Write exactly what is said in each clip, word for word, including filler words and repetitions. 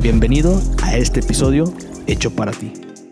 Bienvenido a este episodio hecho para ti.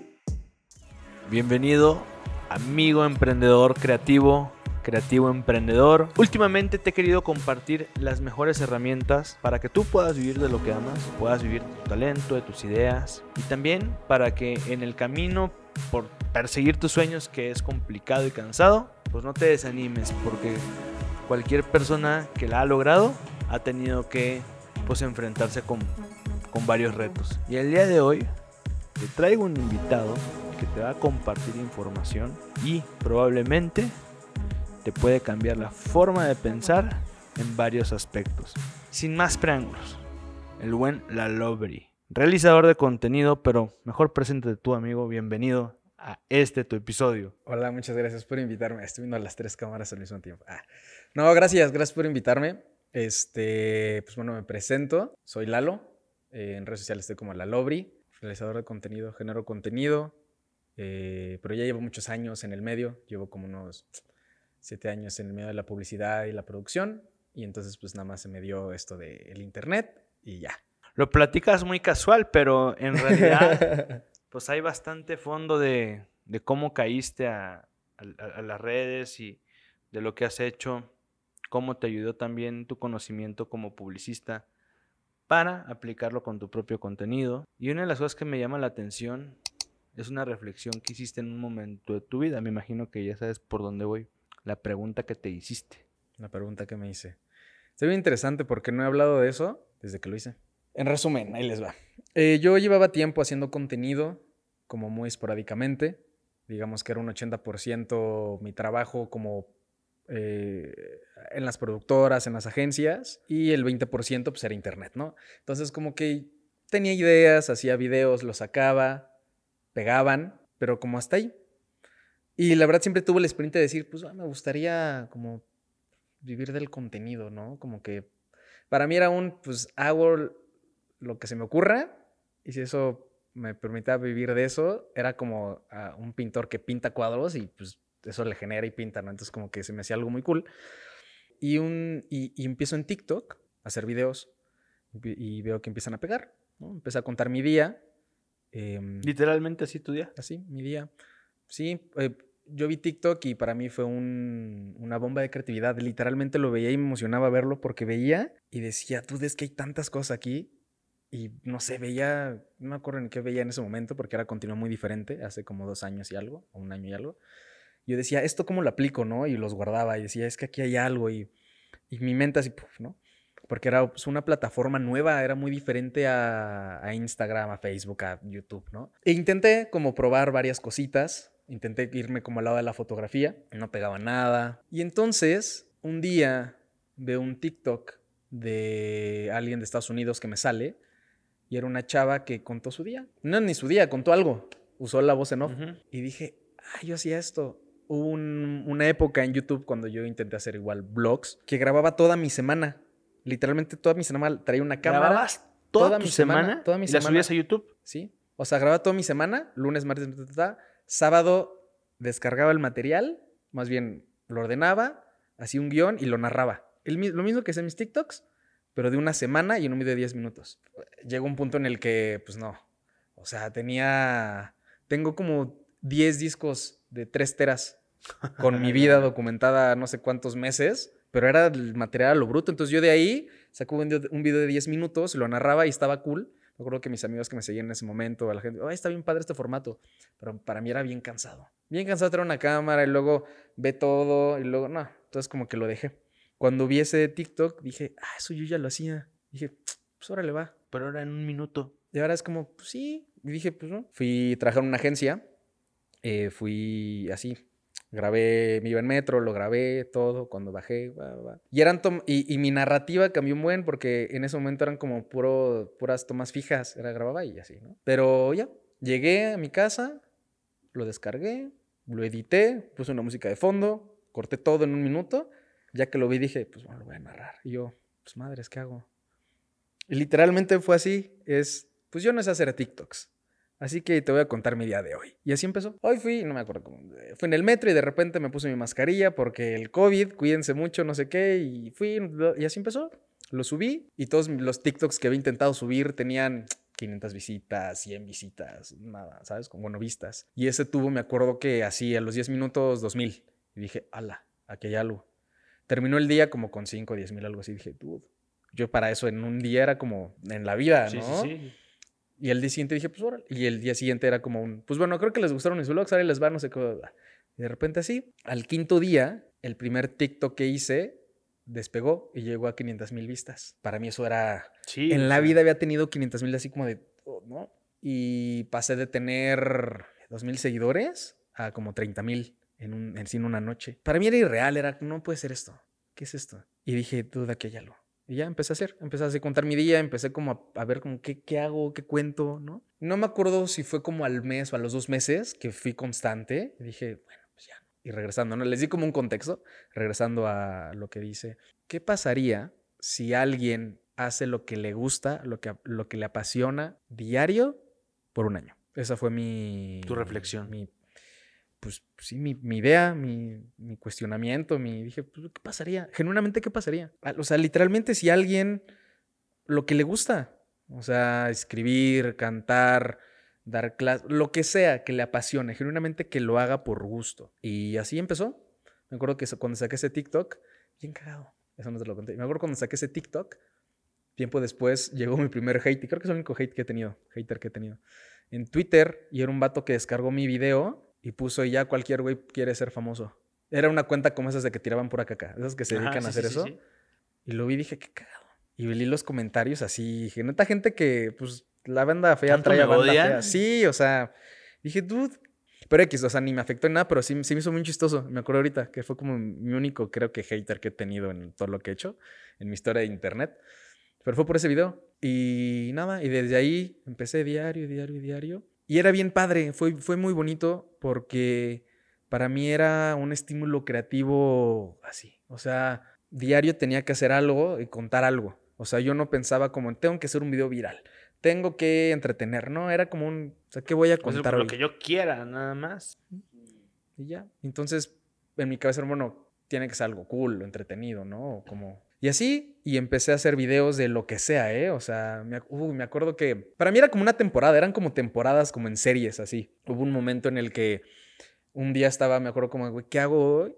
Bienvenido, amigo emprendedor creativo, creativo emprendedor. Últimamente te he querido compartir las mejores herramientas para que tú puedas vivir de lo que amas, puedas vivir de tu talento, de tus ideas, y también para que en el camino por perseguir tus sueños, que es complicado y cansado, pues no te desanimes, porque cualquier persona que la ha logrado ha tenido que pues enfrentarse con, con varios retos. Y el día de hoy te traigo un invitado que te va a compartir información y probablemente te puede cambiar la forma de pensar en varios aspectos. Sin más preámbulos, el buen Lalobri, realizador de contenido, pero mejor preséntate tú, amigo. Bienvenido a este tu episodio. Hola, muchas gracias por invitarme. Estoy viendo las tres cámaras al mismo tiempo. Ah. No, gracias, gracias por invitarme. Este, pues bueno, me presento. Soy Lalo. Eh, en redes sociales estoy como Lalobri, realizador de contenido, genero contenido. Eh, pero ya llevo muchos años en el medio. Llevo como unos siete años en el medio de la publicidad y la producción. Y entonces pues nada más se me dio esto del internet y ya. Lo platicas muy casual, pero en realidad pues hay bastante fondo de, de cómo caíste a, a, a las redes y de lo que has hecho, cómo te ayudó también tu conocimiento como publicista para aplicarlo con tu propio contenido. Y una de las cosas que me llama la atención es una reflexión que hiciste en un momento de tu vida. Me imagino que ya sabes por dónde voy. La pregunta que te hiciste. La pregunta que me hice. Está bien interesante porque no he hablado de eso desde que lo hice. En resumen, ahí les va. Eh, yo llevaba tiempo haciendo contenido, como muy esporádicamente. Digamos que era un ochenta por ciento mi trabajo como eh, en las productoras, en las agencias, y el veinte por ciento pues era internet, ¿no? Entonces como que tenía ideas, hacía videos, los sacaba, pegaban, pero como hasta ahí. Y la verdad siempre tuve el sprint de decir, pues ah, me gustaría como vivir del contenido, ¿no? Como que para mí era un, pues hago lo que se me ocurra, y si eso me permitía vivir de eso, era como uh, un pintor que pinta cuadros y pues eso le genera y pinta, ¿no? Entonces como que se me hacía algo muy cool. Y, un, y, y empiezo en TikTok a hacer videos y veo que empiezan a pegar, ¿no? Empecé a contar mi día. Eh, ¿Literalmente así tu día? Así, mi día. Sí, eh, yo vi TikTok y para mí fue un, una bomba de creatividad. Literalmente lo veía y me emocionaba verlo porque veía y decía, tú ves que hay tantas cosas aquí. Y no sé, veía, no me acuerdo en qué veía en ese momento porque era contenido muy diferente, hace como dos años y algo, o un año y algo. Yo decía, ¿esto cómo lo aplico, no? Y los guardaba y decía, es que aquí hay algo. Y, y mi mente así, puff, ¿no? Porque era pues, una plataforma nueva, era muy diferente a, a Instagram, a Facebook, a YouTube, ¿no? E intenté como probar varias cositas. Intenté irme como al lado de la fotografía, no pegaba nada. Y entonces, un día veo un TikTok de alguien de Estados Unidos que me sale y era una chava que contó su día. No, ni su día, contó algo. Usó la voz en off. Uh-huh. Y dije, ah, yo hacía esto. Hubo un, una época en YouTube cuando yo intenté hacer igual vlogs que grababa toda mi semana. Literalmente toda mi semana traía una cámara. ¿Grababas toda, toda tu mi semana? semana toda mi ¿Y semana. la subías a YouTube? Sí. O sea, grababa toda mi semana, lunes, martes, sábado descargaba el material, más bien lo ordenaba, hacía un guión y lo narraba. El, lo mismo que hice en mis TikToks, pero de una semana y en un video de diez minutos. Llegó un punto en el que, pues no. O sea, tenía... Tengo como diez discos de tres teras con mi vida documentada no sé cuántos meses, pero era el material a lo bruto. Entonces yo de ahí sacó un video de diez minutos, lo narraba y estaba cool. Me acuerdo que mis amigos que me seguían en ese momento, a la gente, ay, está bien padre este formato. Pero para mí era bien cansado. Bien cansado traer una cámara y luego ve todo y luego, no. Entonces como que lo dejé. Cuando vi ese TikTok dije, ah, eso yo ya lo hacía. Dije, pues órale va. Pero ahora en un minuto. Y ahora es como, pues sí. Y dije, pues no. Fui a trabajar en una agencia. Eh, fui así. Grabé, me iba en metro, lo grabé todo. Cuando bajé, va, va. Y, eran tom- y, y mi narrativa cambió un buen porque en ese momento eran como puro, puras tomas fijas. Era grababa y así, ¿no? Pero ya, llegué a mi casa, lo descargué, lo edité, puse una música de fondo, corté todo en un minuto. Ya que lo vi dije, pues bueno, lo voy a narrar. Y yo, pues madres, ¿qué hago? Y literalmente fue así. Es, pues yo no sé hacer TikToks. Así que te voy a contar mi día de hoy. Y así empezó. Hoy fui, no me acuerdo cómo, fui en el metro y de repente me puse mi mascarilla porque el COVID, cuídense mucho, no sé qué. Y fui, y así empezó. Lo subí y todos los TikToks que había intentado subir tenían quinientas visitas, cien visitas, nada, ¿sabes? Como bueno, vistas. Y ese tuvo, me acuerdo que así a los diez minutos, dos mil. Y dije, ala, aquí hay algo. Terminó el día como con cinco, diez mil, algo así. Dije, dude, yo para eso en un día era como en la vida, ¿no? Sí, sí, sí. Y el día siguiente dije, pues órale. Y el día siguiente era como un, pues bueno, creo que les gustaron mis vlogs, ahora les va, no sé qué. Y de repente así, al quinto día, el primer TikTok que hice despegó y llegó a quinientas mil vistas. Para mí eso era... Sí, en o la sea, vida había tenido quinientas mil así como de, oh, ¿no? Y pasé de tener dos mil seguidores a como treinta mil en, un, en, en una noche. Para mí era irreal, era, no puede ser esto. ¿Qué es esto? Y dije, duda que hay algo. Y ya empecé a hacer, empecé a hacer, contar mi día, empecé como a, a ver como qué, qué hago, qué cuento, ¿no? No me acuerdo si fue como al mes o a los dos meses que fui constante. Y dije, bueno, pues ya. Y regresando, ¿no? Les di como un contexto, regresando a lo que dice. ¿Qué pasaría si alguien hace lo que le gusta, lo que, lo que le apasiona diario por un año? Esa fue mi... Tu reflexión. Mi, pues sí, mi, mi idea, mi, mi cuestionamiento, mi... Dije, pues, ¿qué pasaría? Genuinamente, ¿qué pasaría? O sea, literalmente si alguien lo que le gusta, o sea, escribir, cantar, dar clases, lo que sea que le apasione, genuinamente que lo haga por gusto. Y así empezó. Me acuerdo que cuando saqué ese TikTok, bien cagado, eso no te lo conté. Me acuerdo cuando saqué ese TikTok, tiempo después llegó mi primer hate, y creo que es el único hate que he tenido, hater que he tenido, en Twitter, y era un vato que descargó mi video y puso, y ya cualquier güey quiere ser famoso. Era una cuenta como esas de que tiraban pura caca, esas que se dedican Ajá, a sí, hacer sí, eso. sí, sí. Y lo vi y dije, qué cagado. Y leí los comentarios así, dije, neta gente que, pues, la banda fea ¿Tanto trae a me banda odian? fea. Sí, o sea, dije, dude. Pero X, o sea, ni me afectó en nada, pero sí, sí me hizo muy chistoso. Me acuerdo ahorita que fue como mi único, creo que, hater que he tenido en todo lo que he hecho, en mi historia de internet. Pero fue por ese video. Y nada, y desde ahí empecé diario, diario, diario. Y era bien padre, fue, fue muy bonito porque para mí era un estímulo creativo así. O sea, diario tenía que hacer algo y contar algo. O sea, yo no pensaba como, tengo que hacer un video viral, tengo que entretener, ¿no? Era como un, o sea, ¿qué voy a Pues contar lo hoy? que yo quiera, nada más. Y ya. Entonces, en mi cabeza, bueno, tiene que ser algo cool, entretenido, ¿no? O como... Y así, y empecé a hacer videos de lo que sea, ¿eh? O sea, me, uh, me acuerdo que para mí era como una temporada, eran como temporadas, como en series, así. Hubo un momento en el que un día estaba, me acuerdo como, güey, ¿qué hago hoy?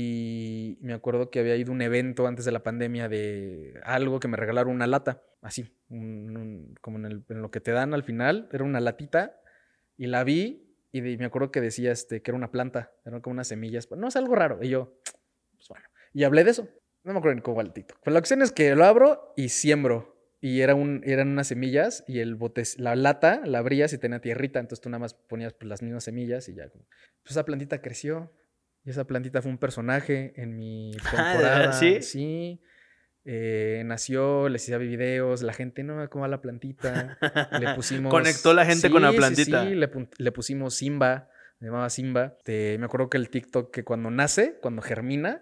Y me acuerdo que había ido a un evento antes de la pandemia de algo que me regalaron una lata, así, un, un, como en, el, en lo que te dan al final, era una latita, y la vi, y de, me acuerdo que decía este, que era una planta, eran como unas semillas, no, es algo raro, y yo, pues bueno, y hablé de eso. No me acuerdo ni cómo va el TikTok. Pero la opción es que lo abro y siembro. Y era un, eran unas semillas y el bote, la lata la abrías y tenía tierrita. Entonces tú nada más ponías pues, las mismas semillas y ya. Pues esa plantita creció. Y esa plantita fue un personaje en mi temporada. ¿Sí? Sí. Eh, nació, les hacía videos. La gente, no, ¿cómo va la plantita? Le pusimos... Conectó la gente sí, con la sí, plantita. Sí, le, le pusimos Simba. Me llamaba Simba. Te, me acuerdo que el TikTok que cuando nace, cuando germina...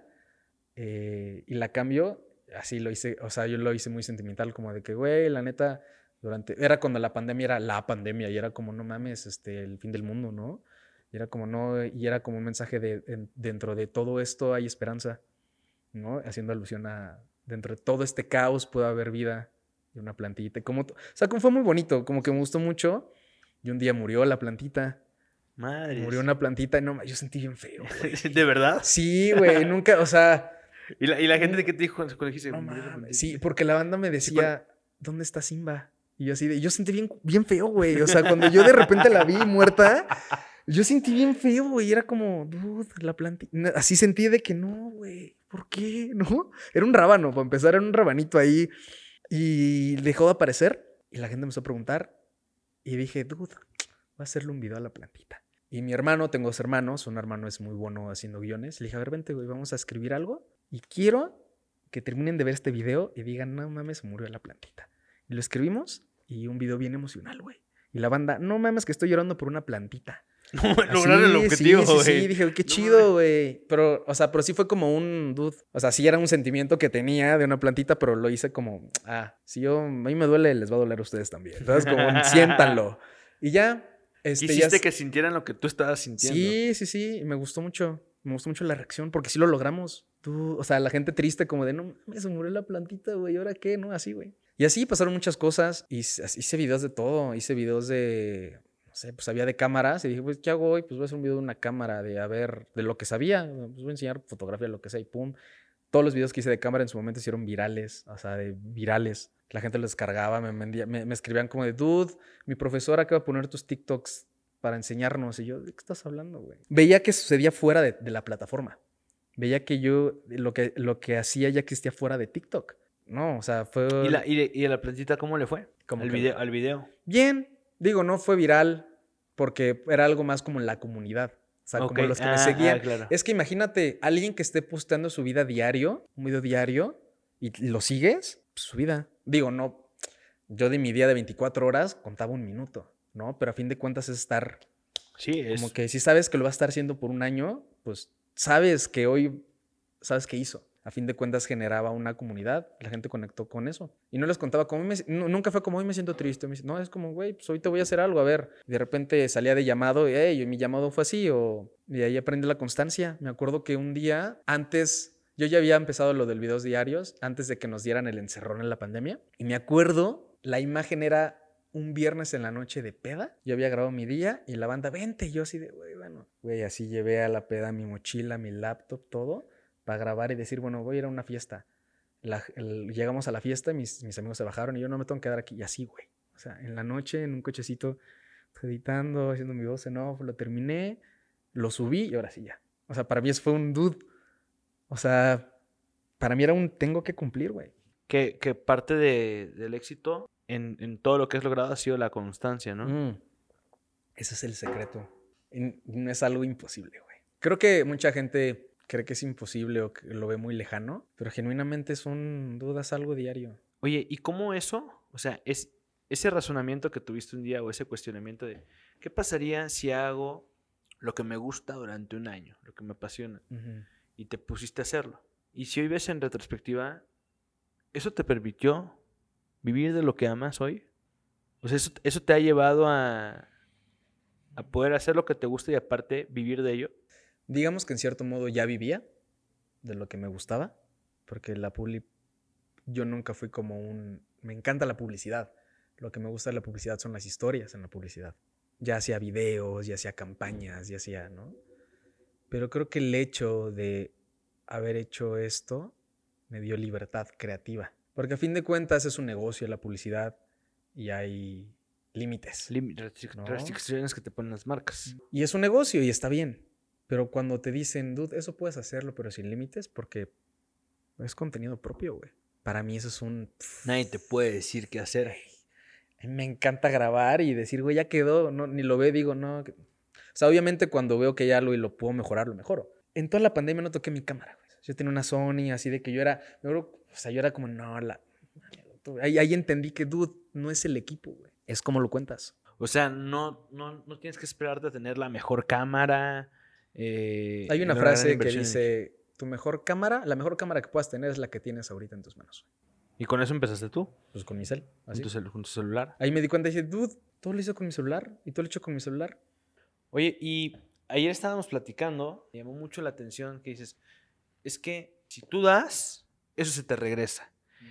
Eh, y la cambio, así lo hice, o sea, yo lo hice muy sentimental, como de que, güey, la neta, durante, era cuando la pandemia era la pandemia y era como, no mames, este, el fin del mundo, ¿no? Y era como, no, y era como un mensaje de, en, dentro de todo esto hay esperanza, ¿no? Haciendo alusión a, dentro de todo este caos puede haber vida y una plantita, como, o sea, como fue muy bonito, como que me gustó mucho, y un día murió la plantita. Madre. Murió una plantita y no, yo sentí bien feo, güey. ¿De verdad? Sí, güey, nunca, o sea... ¿Y la, y la gente de qué te dijo cuando dijiste? No mames. Sí, porque la banda me decía, sí, ¿dónde está Simba? Y yo así de, yo sentí bien, bien feo, güey. O sea, cuando yo de repente la vi muerta, yo sentí bien feo, güey. Era como, dude, la plantita. Así sentí de que no, güey. ¿Por qué? ¿No? Era un rábano, para empezar, era un rabanito ahí. Y dejó de aparecer. Y la gente me empezó a preguntar. Y dije, dude, voy a hacerle un video a la plantita. Y mi hermano, tengo dos hermanos. Un hermano es muy bueno haciendo guiones. Le dije, a ver, vente, güey, vamos a escribir algo. Y quiero que terminen de ver este video y digan, no mames, se murió la plantita. Y lo escribimos y un video bien emocional, güey. Y la banda, no mames, que estoy llorando por una plantita. Lograron el objetivo, güey. Sí, sí, sí, dije, qué chido, güey. Pero, o sea, pero sí fue como un dude. O sea, sí era un sentimiento que tenía de una plantita, pero lo hice como, ah, si yo, a mí me duele, les va a doler a ustedes también. Entonces, como, siéntanlo. Y ya. Este, Quisiste ya... que sintieran lo que tú estabas sintiendo. Sí, sí, sí. Y me gustó mucho. Me gustó mucho la reacción porque sí lo logramos. Tú, o sea, la gente triste como de, no mames, se murió la plantita, güey, ¿ahora qué? No, así, güey. Y así pasaron muchas cosas. Y s- hice videos de todo. Hice videos de, no sé, pues había de cámaras. Y dije, pues, ¿qué hago hoy? Pues voy a hacer un video de una cámara, de a ver, de lo que sabía. Pues voy a enseñar fotografía, lo que sea, y pum. Todos los videos que hice de cámara en su momento hicieron virales. O sea, de virales. La gente los descargaba, me, vendía- me, me escribían como de, dude, mi profesora que va a poner tus TikToks para enseñarnos. Y yo, ¿de qué estás hablando, güey? Veía que sucedía fuera de, de la plataforma. Veía que yo, lo que, lo que hacía ya existía fuera de TikTok. No, o sea, ¿Y, fue la, y, y a la plantita cómo le fue? como Al que video, al video. bien. Digo, no fue viral porque era algo más como en la comunidad. O sea, Ok, como los que me ah, seguían. ah, claro. Es que imagínate, alguien que esté posteando su vida diario, un video diario, y lo sigues, pues, su vida. Digo, no, yo de mi día de veinticuatro horas contaba un minuto, ¿no? Pero a fin de cuentas es estar, Sí, es... como que si sabes que lo vas a estar haciendo por un año, pues sabes que hoy, sabes qué hizo. A fin de cuentas generaba una comunidad, la gente conectó con eso. Y no les contaba cómo me... nu- Nunca fue como, hoy me siento triste. Me dice, no, es como, güey, pues hoy te voy a hacer algo, a ver. Y de repente salía de llamado, y, hey, mi llamado fue así, o... Y ahí aprendí la constancia. Me acuerdo que un día, antes, yo ya había empezado lo del videos diarios, antes de que nos dieran el encerrón en la pandemia. Y me acuerdo, la imagen era un viernes en la noche de peda. Yo había grabado mi día y la banda, vente. Y yo así de, güey, bueno. Güey, así llevé a la peda mi mochila, mi laptop, todo, para grabar y decir, bueno, voy a ir a una fiesta. La- el- llegamos a la fiesta, mis, mis amigos se bajaron y yo no me tengo que quedar aquí. Y así, güey. O sea, en la noche, en un cochecito, editando, haciendo mi voz en off, lo terminé, lo subí y ahora sí ya. O sea, para mí eso fue un dude. O sea, para mí era un tengo que cumplir, güey. Que, que parte de, del éxito en, en todo lo que has logrado ha sido la constancia, ¿no? Mm. Ese es el secreto. Y no es algo imposible, güey. Creo que mucha gente cree que es imposible o que lo ve muy lejano, pero genuinamente son dudas algo diario. Oye, ¿y cómo eso? O sea, es ese razonamiento que tuviste un día o ese cuestionamiento de ¿qué pasaría si hago lo que me gusta durante un año, lo que me apasiona? Ujú. Y te pusiste a hacerlo. Y si hoy ves en retrospectiva, ¿eso te permitió vivir de lo que amas hoy? O sea, ¿eso, eso te ha llevado a, a poder hacer lo que te gusta y aparte vivir de ello? Digamos que en cierto modo ya vivía de lo que me gustaba, porque la publi... Yo nunca fui como un... Me encanta la publicidad. Lo que me gusta de la publicidad son las historias en la publicidad. Ya hacía videos, ya hacía campañas, ya hacía, ¿no? Pero creo que el hecho de haber hecho esto me dio libertad creativa. Porque a fin de cuentas es un negocio la publicidad y hay límites. Lim- restric- ¿No? Restricciones que te ponen las marcas. Y es un negocio y está bien. Pero cuando te dicen, dude, eso puedes hacerlo, pero sin límites, porque es contenido propio, güey. Para mí eso es un... Nadie te puede decir qué hacer. A mí me encanta grabar y decir, güey, ya quedó. No, ni lo ve, digo, no. que- O sea, obviamente cuando veo que ya lo y lo puedo mejorar, lo mejoro. En toda la pandemia no toqué mi cámara, güey. Yo tenía una Sony así de que yo era... me acuerdo, o sea, yo era como, no, la... Ahí, ahí entendí que, dude, no es el equipo, güey. Es como lo cuentas. O sea, no, no, no tienes que esperarte a tener la mejor cámara. eh, Hay una la gran frase que inversión en- dice, tu mejor cámara, la mejor cámara que puedas tener es la que tienes ahorita en tus manos. ¿Y con eso empezaste tú? Pues con mi cel, Con así. tu, cel- con tu celular. Ahí me di cuenta y dije, dude, todo lo hice con mi celular y todo lo he hecho con mi celular. Oye, y ayer estábamos platicando, me llamó mucho la atención que dices, es que si tú das, eso se te regresa.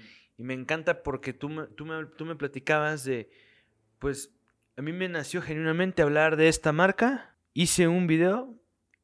Y me encanta porque tú me, tú me, tú me platicabas de, pues, a mí me nació genuinamente hablar de esta marca, hice un video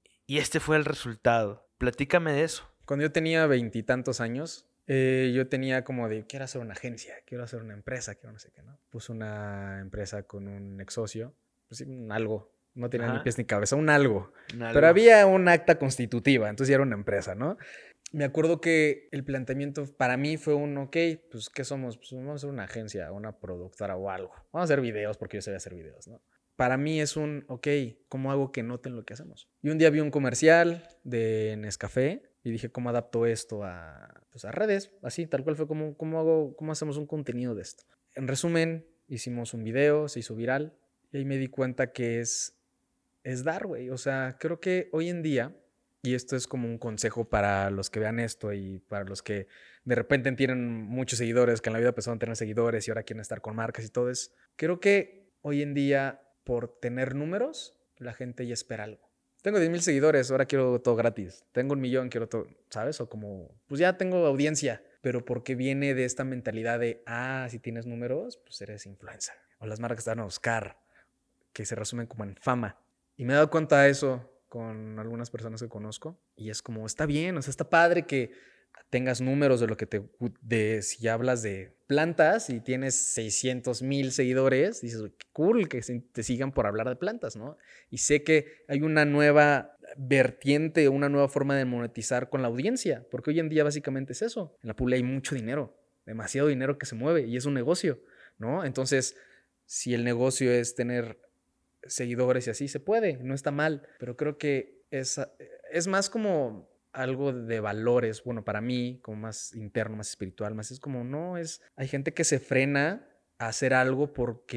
y este fue el resultado. Platícame de eso. Cuando yo tenía veintitantos años, eh, yo tenía como de, quiero hacer una agencia, quiero hacer una empresa, quiero no sé qué, ¿no? Puse una empresa con un ex socio, pues sí, un algo. No tenía Ajá. ni pies ni cabeza, un algo. Algo. Pero había un acta constitutiva, entonces ya era una empresa, ¿no? Me acuerdo que el planteamiento para mí fue un, ok, pues ¿qué somos? Pues vamos a hacer una agencia, una productora o algo. Vamos a hacer videos porque yo sabía hacer videos, ¿no? Para mí es un, ok, ¿cómo hago que noten lo que hacemos? Y un día vi un comercial de Nescafé y dije, ¿cómo adapto esto a, pues, a redes? Así, tal cual fue como, ¿cómo hago, cómo hacemos un contenido de esto? En resumen, hicimos un video, se hizo viral y ahí me di cuenta que es, es dar, güey. O sea, creo que hoy en día, y esto es como un consejo para los que vean esto y para los que de repente tienen muchos seguidores, que en la vida empezaron a tener seguidores y ahora quieren estar con marcas y todo es, creo que hoy en día por tener números, la gente ya espera algo. Tengo diez mil seguidores, ahora quiero todo gratis. Tengo un millón, quiero todo, ¿sabes? O como, pues ya tengo audiencia. pero porque viene de esta mentalidad de, ah, si tienes números, pues eres influencer. O las marcas te van a buscar, que se resumen como en fama. Y me he dado cuenta de eso con algunas personas que conozco y es como, está bien, o sea, está padre que tengas números de lo que te, de si hablas de plantas y tienes seiscientos mil seguidores, dices, qué cool que te sigan por hablar de plantas, ¿no? Y sé que hay una nueva vertiente, una nueva forma de monetizar con la audiencia, porque hoy en día básicamente es eso. En la publi hay mucho dinero, demasiado dinero que se mueve y es un negocio, ¿no? Entonces, si el negocio es tener seguidores y así, se puede, no está mal, pero creo que es, es más como algo de valores, bueno, para mí, como más interno, más espiritual, más es como, no, es, hay gente que se frena a hacer algo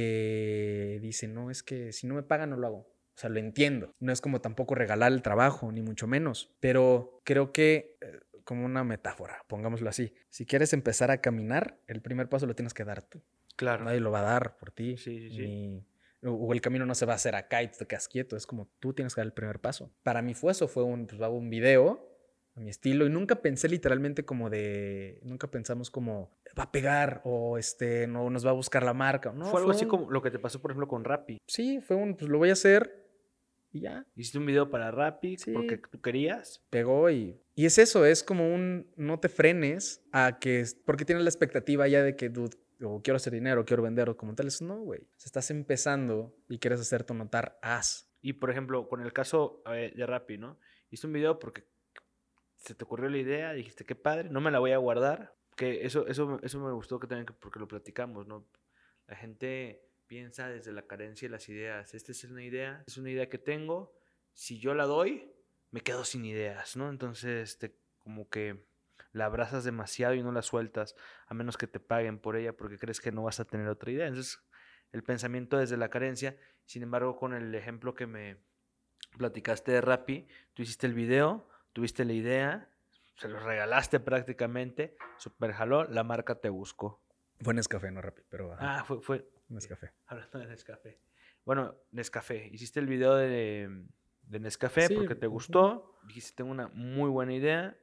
porque dice, no, es que si no me pagan no lo hago. O sea, lo entiendo. No es como tampoco regalar el trabajo, ni mucho menos, pero creo que eh, como una metáfora, pongámoslo así. Si quieres empezar a caminar, el primer paso lo tienes que dar tú. Claro. Nadie lo va a dar por ti. Sí, sí, sí. Ni... O el camino no se va a hacer acá y te quedas quieto. Es como tú tienes que dar el primer paso. Para mí fue eso, fue un, pues, hago un video a mi estilo y nunca pensé literalmente como de, nunca pensamos como va a pegar o este, no nos va a buscar la marca. No, fue algo fue así un, como lo que te pasó, por ejemplo, con Rappi. Sí, fue un, pues lo voy a hacer y ya. Hiciste un video para Rappi Sí. porque tú querías. Pegó y... Y es eso, es como un no te frenes a que... Porque tienes la expectativa ya de que, dude, o quiero hacer dinero, quiero vender o como tal. Eso no, güey. Si estás empezando y quieres hacerte notar, haz. Y, por ejemplo, con el caso eh, de Rappi, ¿no? Hiciste un video porque se te ocurrió la idea, dijiste, qué padre, no me la voy a guardar. Que eso, eso, eso me gustó que también porque lo platicamos, ¿no? La gente piensa desde la carencia de las ideas. Esta es una idea, es una idea que tengo. Si yo la doy, me quedo sin ideas, ¿no? Entonces, te, como que la abrazas demasiado y no la sueltas, a menos que te paguen por ella porque crees que no vas a tener otra idea. Entonces, el pensamiento desde la carencia. Sin embargo, con el ejemplo que me platicaste de Rappi, tú hiciste el video, tuviste la idea, se lo regalaste prácticamente, super jaló, la marca te buscó. Fue Nescafé, no Rappi, pero... Ajá. Ah, fue... fue Nescafé. Hablando de Nescafé. Bueno, Nescafé. Hiciste el video de, de Nescafé Sí. porque te gustó. Dijiste, tengo una muy buena idea.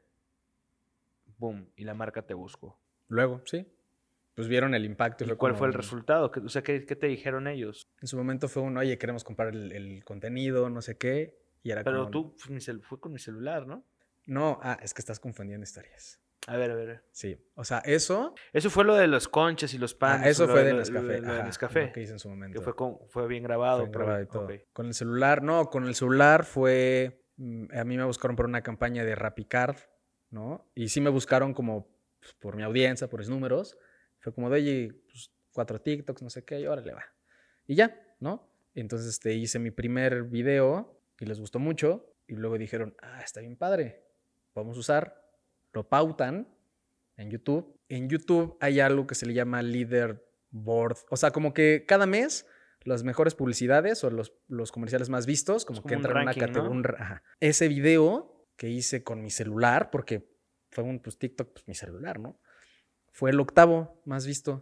Boom. Y la marca te buscó. Luego, sí. Pues vieron el impacto. ¿Y fue cuál como fue el un- resultado? ¿Qué, o sea, ¿qué, qué te dijeron ellos? En su momento fue un, oye, queremos comprar el, el contenido, no sé qué. Y era Pero como... tú, pues, mi cel- fue con mi celular, ¿no? No, ah, es que estás confundiendo historias. A ver, a ver. Sí. O sea, eso... Eso fue lo de los conches y los panes. Ah, eso lo fue de lo- Nescafé. Lo, lo de Ajá, Nescafé. lo que hice en su momento. Que fue, con, fue bien grabado. Fue grabado y pero- todo. ok. Con el celular, no, con el celular fue... mm, A mí me buscaron por una campaña de RappiCard, ¿no? Y sí me buscaron como pues, por mi audiencia, por mis números. Fue como de, oye, pues, cuatro TikToks, no sé qué, y órale, va. Y ya, ¿no? Entonces este, hice mi primer video y les gustó mucho. Y luego dijeron, ah, está bien padre, podemos usar. Lo pautan en YouTube. En YouTube hay algo que se le llama leaderboard. O sea, como que cada mes las mejores publicidades o los, los comerciales más vistos, como, Es como que un entran ranking, en una ¿no? categoría. Ese video que hice con mi celular, porque fue un pues, TikTok, pues mi celular, ¿no? Fue el octavo más visto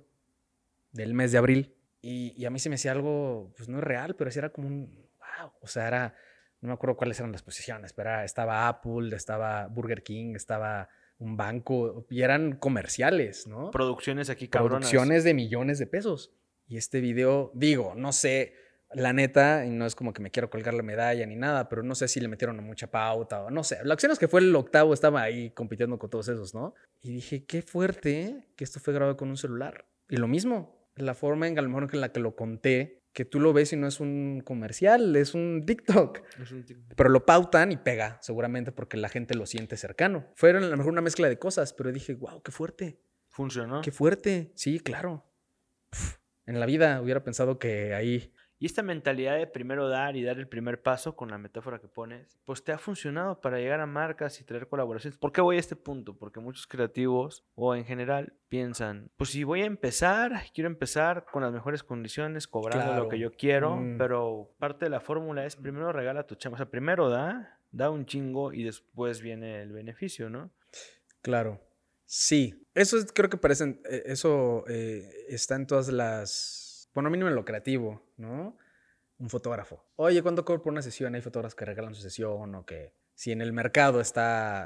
del mes de abril. Y, y a mí se me hacía algo, pues no es real, pero sí era como un, wow. O sea, era, no me acuerdo cuáles eran las posiciones, pero era, estaba Apple, estaba Burger King, estaba un banco, y eran comerciales, ¿no? Producciones aquí cabronas. Producciones de millones de pesos. Y este video, digo, no sé, la neta, y no es como que me quiero colgar la medalla ni nada, pero no sé si le metieron mucha pauta o no sé. La opción es que fue el octavo, estaba ahí compitiendo con todos esos, ¿no? Y dije, qué fuerte que esto fue grabado con un celular. Y lo mismo, la forma en a lo mejor en la que lo conté, que tú lo ves y no es un comercial, es un TikTok. Es un TikTok. Pero lo pautan y pega, seguramente porque la gente lo siente cercano. Fueron a lo mejor una mezcla de cosas, pero dije, wow, qué fuerte. Funcionó. Qué fuerte. Sí, claro. Pff, en la vida hubiera pensado que ahí... Y esta mentalidad de primero dar y dar el primer paso con la metáfora que pones, pues te ha funcionado para llegar a marcas y traer colaboraciones. ¿Por qué voy a este punto? Porque muchos creativos o en general piensan, pues si voy a empezar, quiero empezar con las mejores condiciones, cobrando Claro. lo que yo quiero, Mm. pero parte de la fórmula es primero regala tu chamba. O sea, primero da, da un chingo y después viene el beneficio, ¿no? Claro. Sí. Eso es- creo que parecen... eh, Eso eh, está en todas las... Bueno, mínimo en lo creativo, ¿no? Un fotógrafo. Oye, ¿cuánto cobro por una sesión? Hay fotógrafos que regalan su sesión o que si en el mercado está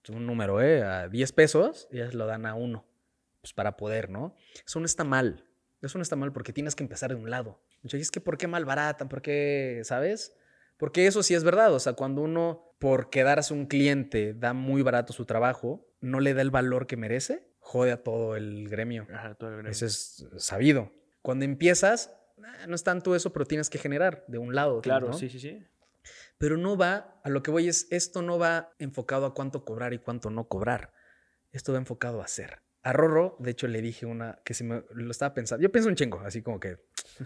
un número, ¿eh? A diez pesos, y ellas lo dan a uno. Pues para poder, ¿no? Eso no está mal. Eso no está mal porque tienes que empezar de un lado. Oye, es que ¿por qué malbaratan? ¿Por qué, sabes? Porque eso sí es verdad. O sea, cuando uno, por quedarse un cliente, da muy barato su trabajo, no le da el valor que merece, jode a todo el gremio. Ajá, todo el gremio. Eso es sabido. Cuando empiezas, no es tanto eso, pero tienes que generar de un lado. Claro, ¿no? sí, sí, sí. Pero no va, a lo que voy es, esto no va enfocado a cuánto cobrar y cuánto no cobrar. Esto va enfocado a hacer. A Rorro, de hecho, le dije una que se me lo estaba pensando. Yo pienso un chingo, así como que.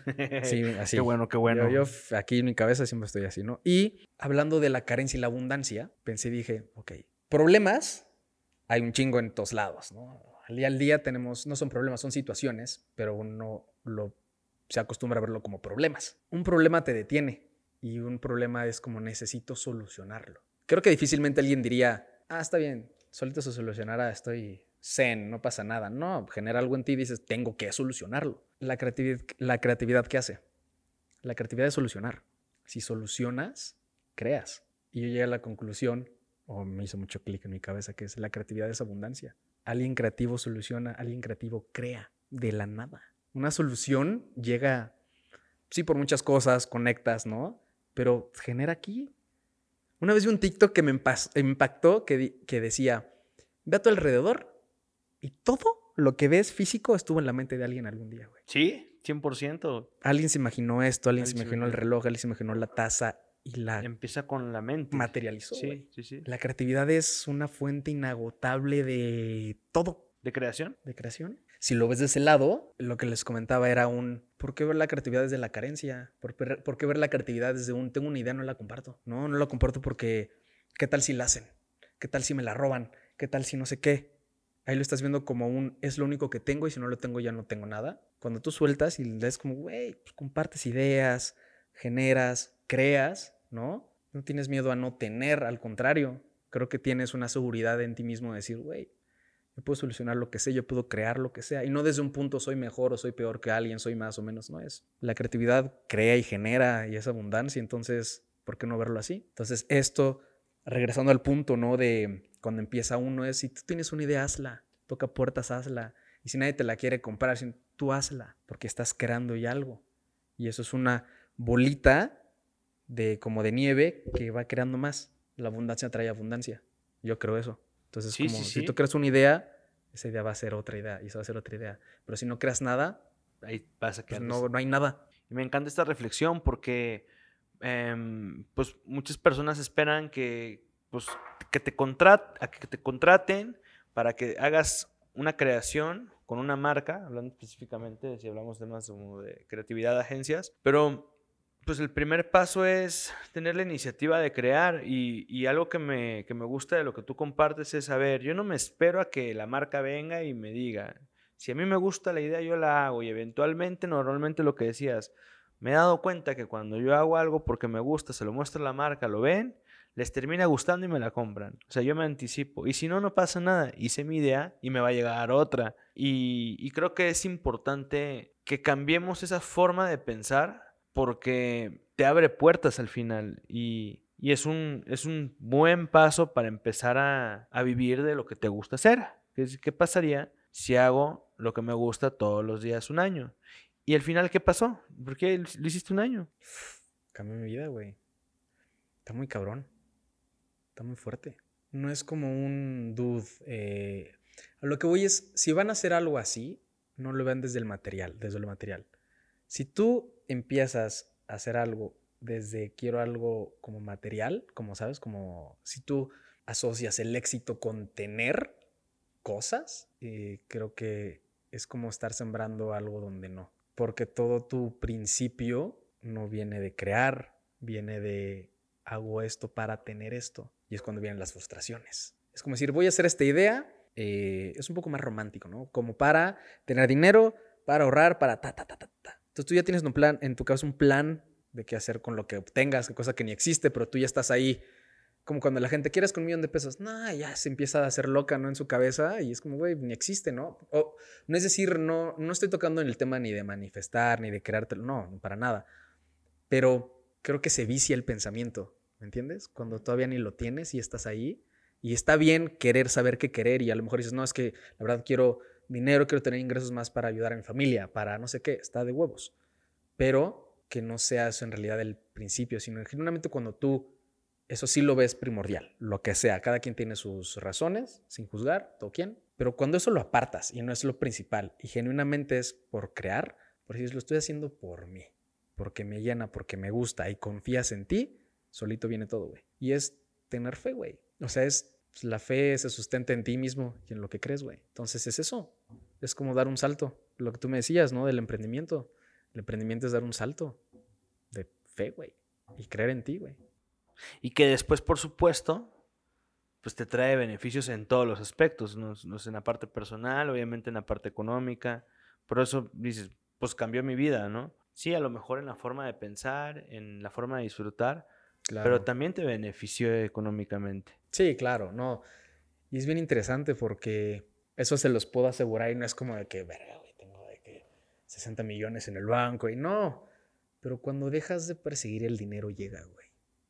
Sí, así. Qué bueno, qué bueno. Yo, yo aquí en mi cabeza siempre estoy así, ¿no? Y hablando de la carencia y la abundancia, pensé y dije, ok, problemas hay un chingo en todos lados, ¿no? Al día al día tenemos, no son problemas, son situaciones, pero uno lo, se acostumbra a verlo como problemas. Un problema te detiene y un problema es como necesito solucionarlo. Creo que difícilmente alguien diría, ah, está bien, solito se solucionará, estoy zen, no pasa nada. No, genera algo en ti y dices, tengo que solucionarlo. La creatividad, la creatividad, ¿qué hace? La creatividad es solucionar. Si solucionas, creas. Y yo llegué a la conclusión, o me hizo mucho clic en mi cabeza, que es la creatividad es abundancia. Alguien creativo soluciona, alguien creativo crea de la nada. Una solución llega, sí, por muchas cosas, conectas, ¿no? Pero genera aquí. Una vez vi un TikTok que me impactó que, di, que decía, ve a tu alrededor y todo lo que ves físico estuvo en la mente de alguien algún día, güey. Sí, cien por ciento. Alguien se imaginó esto, alguien, alguien se imaginó se el reloj, alguien se imaginó la taza y la... Empieza con la mente. Materializó, sí, güey. sí, sí. La creatividad es una fuente inagotable de todo. ¿De creación? De creación. Si lo ves de ese lado, lo que les comentaba era un... ¿Por qué ver la creatividad desde la carencia? ¿Por, por qué ver la creatividad desde un... Tengo una idea, no la comparto? No, no la comparto porque... ¿Qué tal si la hacen? ¿Qué tal si me la roban? ¿Qué tal si no sé qué? Ahí lo estás viendo como un... Es lo único que tengo y si no lo tengo ya no tengo nada. Cuando tú sueltas y le das como... Güey, pues compartes ideas, generas, creas, ¿no? No tienes miedo a no tener, al contrario. Creo que tienes una seguridad en ti mismo de decir, güey, yo puedo solucionar lo que sé, yo puedo crear lo que sea. Y no desde un punto soy mejor o soy peor que alguien, soy más o menos, no es. La creatividad crea y genera y es abundancia, entonces, ¿por qué no verlo así? Entonces, esto, regresando al punto, ¿no? De cuando empieza uno es, si tú tienes una idea, hazla. Toca puertas, hazla. Y si nadie te la quiere comprar, tú hazla, porque estás creando ya algo. Y eso es una bolita de, como de nieve que va creando más. La abundancia trae abundancia. Yo creo eso. Entonces, sí, como sí, si sí. tú creas una idea, esa idea va a ser otra idea y esa va a ser otra idea. Pero si no creas nada, ahí vas a quedar. Pues no, no hay nada. Y me encanta esta reflexión porque eh, pues muchas personas esperan que, pues, que, te contrat, a que te contraten para que hagas una creación con una marca, hablando específicamente, si hablamos de más como de creatividad de agencias, pero pues el primer paso es tener la iniciativa de crear y, y algo que me, que me gusta de lo que tú compartes es, a ver, yo no me espero a que la marca venga y me diga, si a mí me gusta la idea yo la hago y eventualmente, normalmente lo que decías, me he dado cuenta que cuando yo hago algo porque me gusta, se lo muestra la marca, lo ven, les termina gustando y me la compran. O sea, yo me anticipo. Y si no, no pasa nada. Hice mi idea y me va a llegar otra. Y, y creo que es importante que cambiemos esa forma de pensar porque te abre puertas al final. Y, y es, un, es un buen paso para empezar a, a vivir de lo que te gusta hacer. ¿Qué, qué pasaría si hago lo que me gusta todos los días un año? Y al final, ¿qué pasó? ¿Por qué lo hiciste un año? Cambió mi vida, güey. Está muy cabrón. Está muy fuerte. No es como un dude. Eh, a lo que voy es, si van a hacer algo así, no lo vean desde el material, desde lo material. Si tú empiezas a hacer algo desde quiero algo como material, como sabes, como si tú asocias el éxito con tener cosas, eh, creo que es como estar sembrando algo donde no. Porque todo tu principio no viene de crear, viene de hago esto para tener esto. Y es cuando vienen las frustraciones. Es como decir, voy a hacer esta idea, eh, es un poco más romántico, ¿no? Como para tener dinero, para ahorrar, para ta, ta, ta, ta, ta. Entonces tú ya tienes un plan, en tu cabeza un plan de qué hacer con lo que obtengas, qué cosa que ni existe, pero tú ya estás ahí. Como cuando la gente, ¿quieres con un millón de pesos? No, ya se empieza a hacer loca, ¿no? En su cabeza y es como, güey, ni existe, ¿no? O, no es decir, no, no estoy tocando en el tema ni de manifestar, ni de creártelo, no, para nada. Pero creo que se vicia el pensamiento, ¿me entiendes? Cuando todavía ni lo tienes y estás ahí Y está bien querer saber qué querer y a lo mejor dices, no, es que la verdad quiero dinero, quiero tener ingresos más para ayudar a mi familia, para no sé qué, está de huevos. Pero que no sea eso en realidad el principio, sino genuinamente cuando tú eso sí lo ves primordial, lo que sea. Cada quien tiene sus razones, sin juzgar, todo quien. Pero cuando eso lo apartas y no es lo principal y genuinamente es por crear, por decir, lo estoy haciendo por mí, porque me llena, porque me gusta y confías en ti, solito viene todo, güey. Y es tener fe, güey. O sea, es pues, la fe se sustenta en ti mismo y en lo que crees, güey. Entonces es eso. Es como dar un salto. Lo que tú me decías, ¿no? Del emprendimiento. El emprendimiento es dar un salto de fe, güey. Y creer en ti, güey. Y que después, por supuesto, pues te trae beneficios en todos los aspectos, no, no es en la parte personal, obviamente en la parte económica. Por eso dices, pues cambió mi vida, ¿no? Sí, a lo mejor en la forma de pensar, en la forma de disfrutar, Claro. pero también te benefició económicamente. Sí, claro, no. Y es bien interesante porque eso se los puedo asegurar y no es como de que, verga, güey, tengo de que sesenta millones en el banco y no. Pero cuando dejas de perseguir el dinero llega, güey.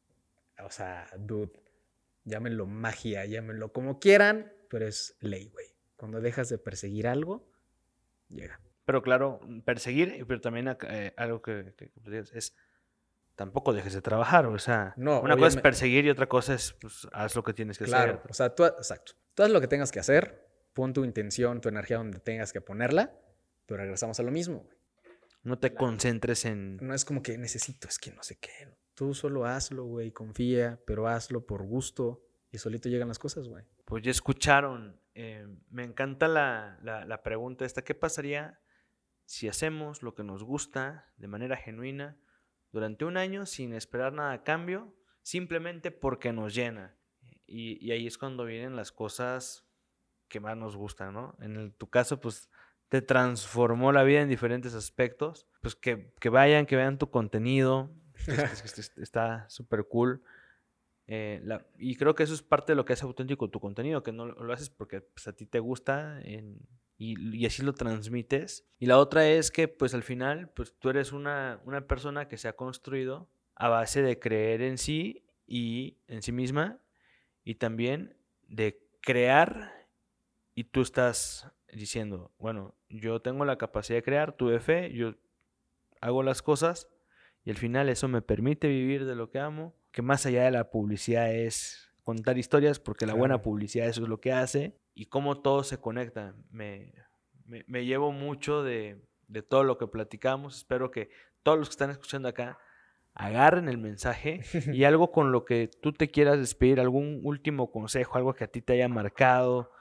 O sea, dude, llámenlo magia, llámenlo como quieran, pero es ley, güey. Cuando dejas de perseguir algo, llega. Pero claro, perseguir, pero también eh, algo que, que, que digas, es tampoco dejes de trabajar, o sea, No, una cosa es obviamente. perseguir y otra cosa es, pues, haz lo que tienes que Claro, hacer. o sea, tú, exacto. Tú haz lo que tengas que hacer, pon tu intención, tu energía donde tengas que ponerla, pero regresamos a lo mismo, güey. No te concentres en... No es como que necesito, es que no sé qué. ¿No? Tú solo hazlo, güey, confía, pero hazlo por gusto y solito llegan las cosas, güey. Pues ya escucharon, eh, me encanta la, la, la pregunta esta, ¿qué pasaría si hacemos lo que nos gusta de manera genuina durante un año sin esperar nada a cambio, simplemente porque nos llena? Y, y ahí es cuando vienen las cosas que más nos gustan, ¿no? En el, tu caso, pues te transformó la vida en diferentes aspectos, pues que, que vayan, que vean tu contenido, pues, que, que está súper cool. Eh, la, y creo que eso es parte de lo que hace auténtico tu contenido, que no lo haces porque pues, a ti te gusta en, y, y así lo transmites. Y la otra es que pues al final pues tú eres una, una persona que se ha construido a base de creer en sí y en sí misma y también de crear y tú estás diciendo, bueno, yo tengo la capacidad de crear, tuve fe, yo hago las cosas y al final eso me permite vivir de lo que amo, que más allá de la publicidad es contar historias, porque la Claro. buena publicidad eso es lo que hace, y cómo todo se conecta. Me, me, me llevo mucho de, de todo lo que platicamos, espero que todos los que están escuchando acá agarren el mensaje y algo con lo que tú te quieras despedir, algún último consejo, algo que a ti te haya marcado.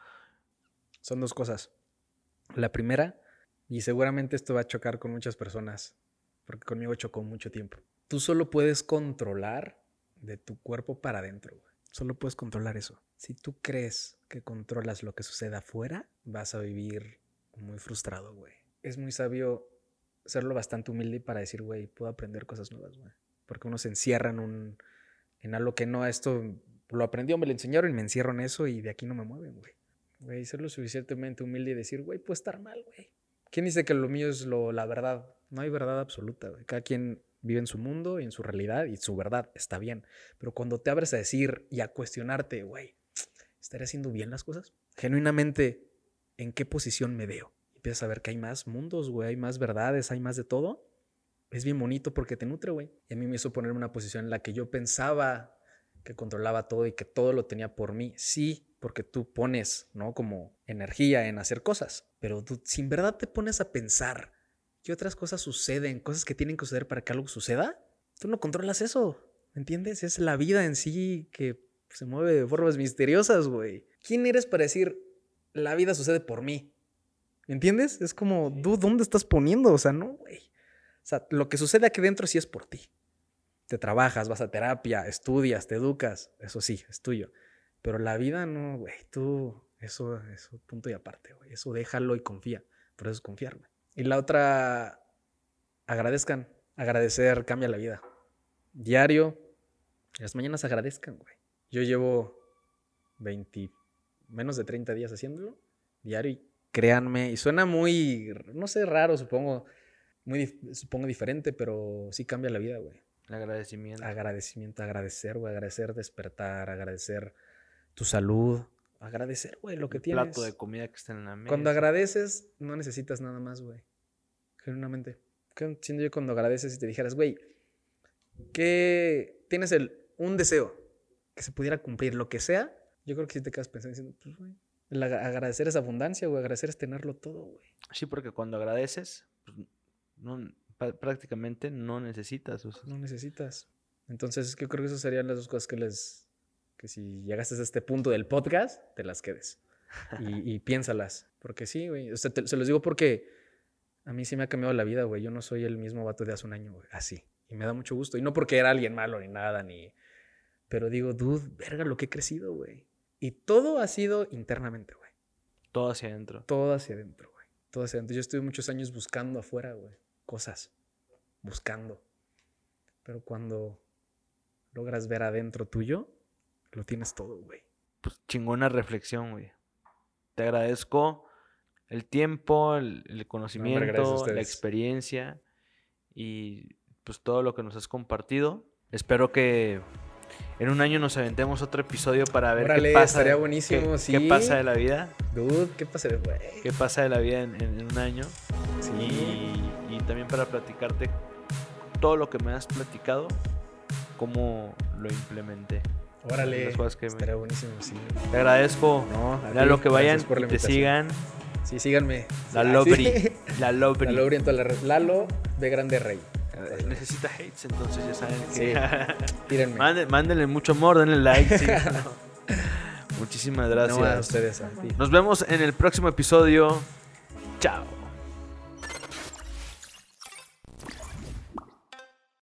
Son dos cosas. La primera, y seguramente esto va a chocar con muchas personas, porque conmigo chocó mucho tiempo. Tú solo puedes controlar de tu cuerpo para adentro, güey. Solo puedes controlar eso. Si tú crees que controlas lo que sucede afuera, vas a vivir muy frustrado, güey. Es muy sabio serlo bastante humilde para decir, güey, puedo aprender cosas nuevas, güey. Porque uno se encierra en, un, en algo que no, esto lo aprendió, me lo enseñaron y me encierro en eso y de aquí no me mueven, güey. Güey, ser lo suficientemente humilde y decir, güey, puede estar mal, güey. ¿Quién dice que lo mío es lo, la verdad? No hay verdad absoluta, güey. Cada quien vive en su mundo y en su realidad y su verdad está bien. Pero cuando te abres a decir y a cuestionarte, güey, ¿estaré haciendo bien las cosas? Genuinamente, ¿en qué posición me veo? Y empiezas a ver que hay más mundos, güey, hay más verdades, hay más de todo. Es bien bonito porque te nutre, güey. Y a mí me hizo ponerme en una posición en la que yo pensaba que controlaba todo y que todo lo tenía por mí. Sí, porque tú pones, ¿no? Como energía en hacer cosas. Pero tú, si en verdad te pones a pensar que otras cosas suceden, cosas que tienen que suceder para que algo suceda, tú no controlas eso, ¿me entiendes? Es la vida en sí que se mueve de formas misteriosas, güey. ¿Quién eres para decir, la vida sucede por mí? ¿Me entiendes? Es como, dude, ¿dónde estás poniendo? O sea, no, güey. O sea, lo que sucede aquí dentro sí es por ti. Te trabajas, vas a terapia, estudias, te educas, eso sí, es tuyo. Pero la vida no, güey, tú, eso es punto y aparte, güey. Eso déjalo y confía. Por eso es confiar, güey. Y la otra, agradezcan. Agradecer cambia la vida. Diario, las mañanas agradezcan, güey. Yo llevo veinte, menos de treinta días haciéndolo, diario, y créanme, y suena muy, no sé, raro, supongo, muy, supongo diferente, pero sí cambia la vida, güey. El agradecimiento. Agradecimiento, agradecer, güey, agradecer despertar, agradecer tu salud, agradecer, güey, lo que Un tienes. plato de comida que está en la mesa. Cuando agradeces, no necesitas nada más, güey. Genuinamente. ¿Qué siento yo cuando agradeces y te dijeras, güey, que tienes el, un deseo que se pudiera cumplir, lo que sea? Yo creo que si te quedas pensando diciendo, pues, güey, el ag- agradecer es abundancia, güey, agradecer es tenerlo todo, güey. Sí, porque cuando agradeces, pues, no, pa- prácticamente no necesitas. O sea, No necesitas. Entonces, yo creo que esas serían las dos cosas que les... Que si llegaste a este punto del podcast, te las quedes. Y, y piénsalas. Porque sí, güey. O sea, te- se los digo porque a mí sí me ha cambiado la vida, güey. Yo no soy el mismo vato de hace un año, güey. Así. Y me da mucho gusto. Y no porque era alguien malo ni nada, ni... Pero digo, dude, verga lo que he crecido, güey. Y todo ha sido internamente, güey. todo hacia adentro. Todo hacia adentro, güey. Todo hacia adentro. Yo estuve muchos años buscando afuera, güey. Cosas. Buscando. Pero cuando logras ver adentro tuyo, lo tienes todo, güey. Pues chingona reflexión, güey. Te agradezco el tiempo, el, el gracias a conocimiento, la ustedes. experiencia y pues todo lo que nos has compartido. Espero que en un año nos aventemos otro episodio para ver Órale, qué pasa. estaría buenísimo, qué, sí. qué pasa de la vida. Dude, ¿qué pasa, güey? Qué pasa de la vida en, en- en un año. Sí. Y, y también para platicarte todo lo que me has platicado, cómo lo implementé. Órale. Las cosas que me- Estaría buenísimo, sí. Te agradezco. No, a Ya ti, lo que vayan gracias por la y te invitación. sigan. Sí, síganme. La Ah, Lobri. sí. La Lobri. La Lobri en todas las redes. Lalo de Grande Rey. Eh, Necesita hates, entonces ya saben Sí. que. Tírenme. Mándenle, mándenle mucho amor, denle like. sí, no. Muchísimas gracias. No a ustedes, a ti. Nos vemos en el próximo episodio. Chao.